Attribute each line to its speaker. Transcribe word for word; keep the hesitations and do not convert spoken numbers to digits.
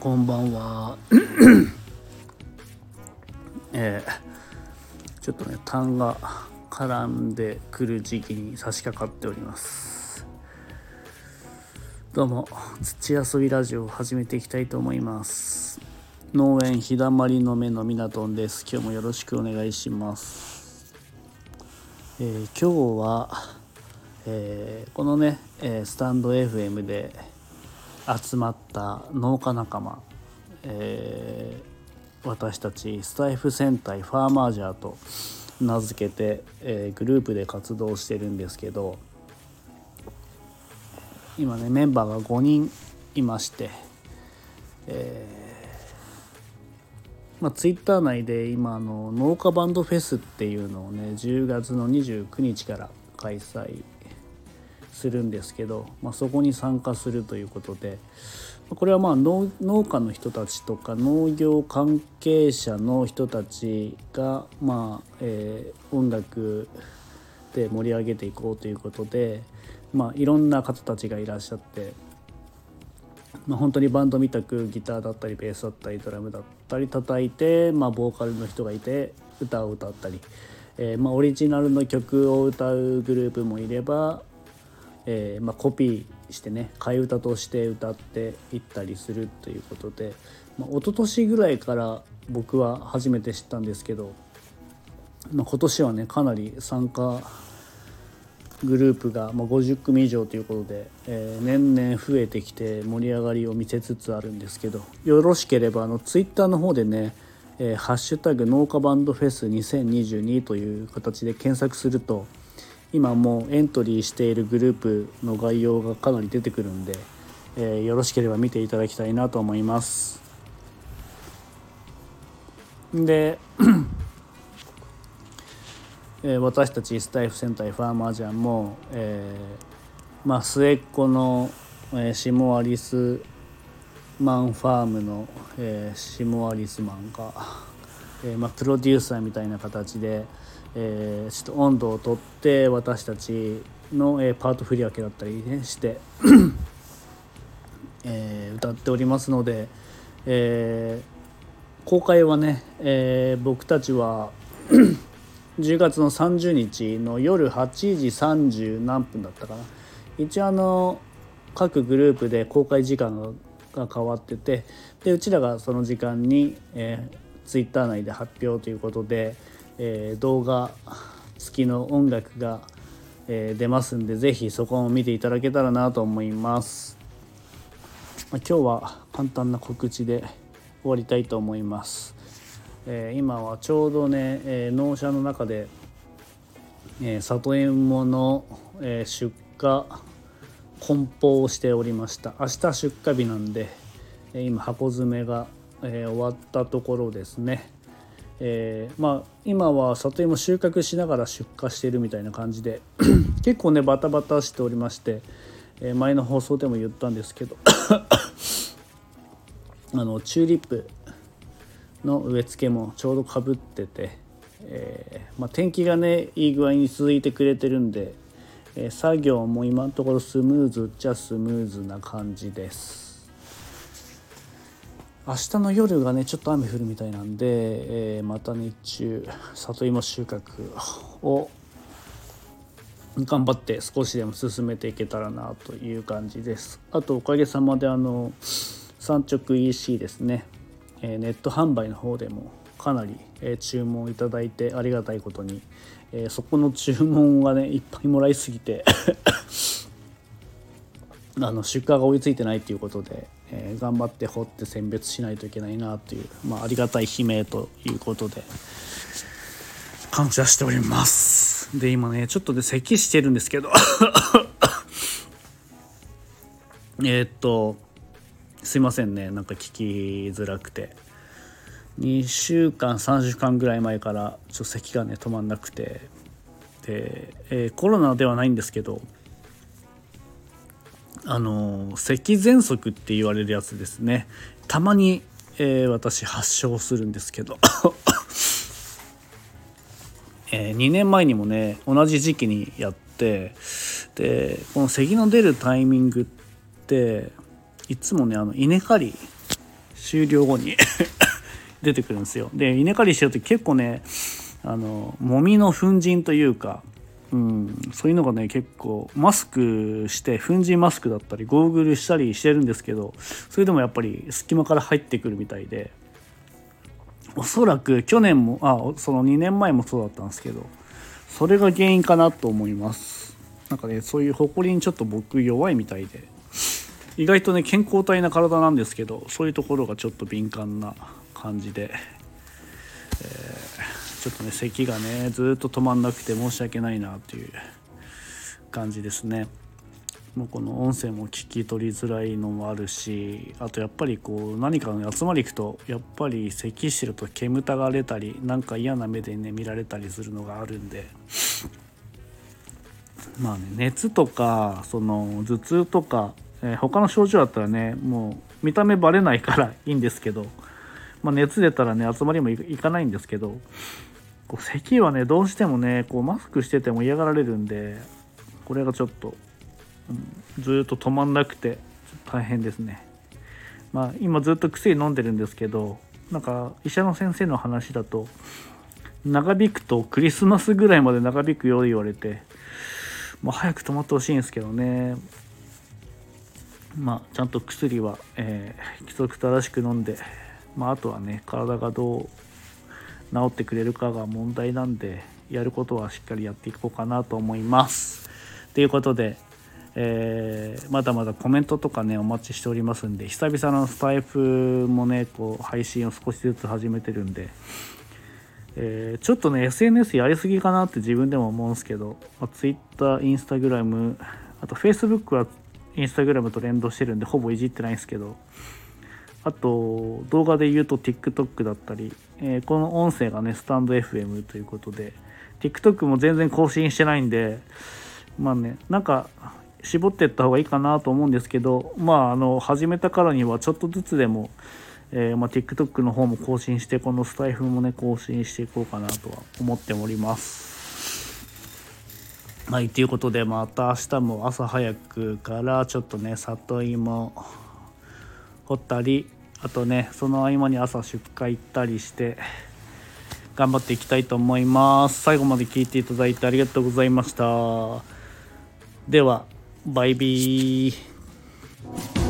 Speaker 1: こんばんは、えー、ちょっとね痰が絡んでくる時期に差し掛かっております。どうも土遊びラジオを始めていきたいと思います。農園日だまりの目のみなとんです。今日もよろしくお願いします。えー、今日は、えー、このね、えー、スタンド エフエム で集まった農家仲間、えー、私たちスタイフ戦隊ファーマージャーと名付けて、えー、グループで活動してるんですけど、今ねメンバーがごにんいまして、えーまあ、ツイッター内で今あの農家バンドフェスっていうのをねじゅうがつのにじゅうくにちから開催するんですけど、まあ、そこに参加するということで、これはまあ 農, 農家の人たちとか農業関係者の人たちが、まあえー、音楽で盛り上げていこうということで、まあ、いろんな方たちがいらっしゃって、まあ、本当にバンドみたくギターだったりベースだったりドラムだったり叩いて、まあ、ボーカルの人がいて歌を歌ったり、えーまあ、オリジナルの曲を歌うグループもいれば、えーまあ、コピーしてね替え歌として歌っていったりするということで、まあ、一昨年ぐらいから僕は初めて知ったんですけど、まあ、今年はねかなり参加グループがごじゅっくみ以上ということで、えー、年々増えてきて盛り上がりを見せつつあるんですけど、よろしければあのツイッターの方でね、えー、ハッシュタグ農家バンドフェスにせんにじゅうにという形で検索すると今もうエントリーしているグループの概要がかなり出てくるんで、えー、よろしければ見ていただきたいなと思います。で、えー、私たちスタイフ戦隊ファーマージャンも、えーまあ、末っ子の、えー、シモアリスマンファームの、えー、シモアリスマンが、えーまあ、プロデューサーみたいな形でえー、ちょっと温度をとって私たちの、えー、パート振り分けだったり、ね、して、えー、歌っておりますので、えー、公開はね、えー、僕たちはじゅうがつのさんじゅうにちの夜はちじさんじゅうなんぷんだったかな。一応あの各グループで公開時間が変わってて、でうちらがその時間に、えー、ツイッター内で発表ということで、えー、動画付きの音楽が、えー、出ますんで、ぜひそこも見ていただけたらなと思います。まあ、今日は簡単な告知で終わりたいと思います。えー、今はちょうどね、えー、農舎の中で、えー、里芋の、えー、出荷梱包をしておりました。明日出荷日なんで、えー、今箱詰めが、えー、終わったところですね。えー、まあ今は里芋収穫しながら出荷しているみたいな感じで結構ねバタバタしておりまして、えー、前の放送でも言ったんですけどあのチューリップの植え付けもちょうどかぶってて、えーまあ、天気がねいい具合に続いてくれてるんで、えー、作業も今のところスムーズっちゃスムーズな感じです。明日の夜がねちょっと雨降るみたいなんで、えー、また日中里芋収穫を頑張って少しでも進めていけたらなという感じです。あとおかげさまであの産直 イーシー ですね、えー、ネット販売の方でもかなり、えー、注文いただいてありがたいことに、えー、そこの注文がねいっぱいもらいすぎてあの出荷が追いついてないということで、えー、頑張って掘って選別しないといけないなという、まあ、ありがたい悲鳴ということで感謝しております。で今ねちょっとで咳してるんですけどえっとすいませんね、なんか聞きづらくてにしゅうかんさんしゅうかんぐらい前からちょっと咳がね止まんなくて、で、えー、コロナではないんですけどあの咳喘息って言われるやつですね。たまに、えー、私発症するんですけど、えー、にねんまえにもね同じ時期にやって、でこの咳の出るタイミングっていつもねあの稲刈り終了後に出てくるんですよ。で稲刈りしてると結構ねあのもみの粉塵というか、うん、そういうのがね結構マスクして粉塵マスクだったりゴーグルしたりしてるんですけど、それでもやっぱり隙間から入ってくるみたいで、おそらく去年もあそのにねんまえもそうだったんですけど、それが原因かなと思います。なんかねそういうホコリにちょっと僕弱いみたいで、意外とね健康体な体なんですけど、そういうところがちょっと敏感な感じで、えー、ちょっとね咳がねずっと止まんなくて申し訳ないなっていう感じですね。もうこの音声も聞き取りづらいのもあるし、あとやっぱりこう何かの集まり行くとやっぱり咳してると煙たがれたりなんか嫌な目でね見られたりするのがあるんで、まあね熱とかその頭痛とか、えー、他の症状だったらねもう見た目バレないからいいんですけど、まあ、熱出たらね集まりも行かないんですけど、こう咳はねどうしてもねこうマスクしてても嫌がられるんで、これがちょっとうん、ずっと止まんなくて大変ですね。まあ今ずっと薬飲んでるんですけど、なんか医者の先生の話だと長引くとクリスマスぐらいまで長引くよう言われて、まあ、早く止まってほしいんですけどね。まあちゃんと薬は、えー、規則正しく飲んで、まあ、あとはね体がどう治ってくれるかが問題なんで、やることはしっかりやっていこうかなと思います。ということでえー、まだまだコメントとかねお待ちしておりますんで、久々のスタイフもねこう配信を少しずつ始めてるんで、えー、ちょっとね エスエヌエス やりすぎかなって自分でも思うんですけど、まあ、Twitter、Instagram、あと Facebook は Instagram と連動してるんでほぼいじってないんですけど、あと動画で言うと TikTok だったり、えー、この音声がねスタンド エフエム ということで TikTok も全然更新してないんで、まあねなんか絞っていった方がいいかなと思うんですけど、まああの始めたからにはちょっとずつでも、えーまあ、TikTok の方も更新して、このスタイフもね更新していこうかなとは思っております。はいということで、また明日も朝早くからちょっとね里芋掘ったり、あとねその合間に朝出荷行ったりして頑張っていきたいと思います。最後まで聞いていただいてありがとうございました。ではバイビー。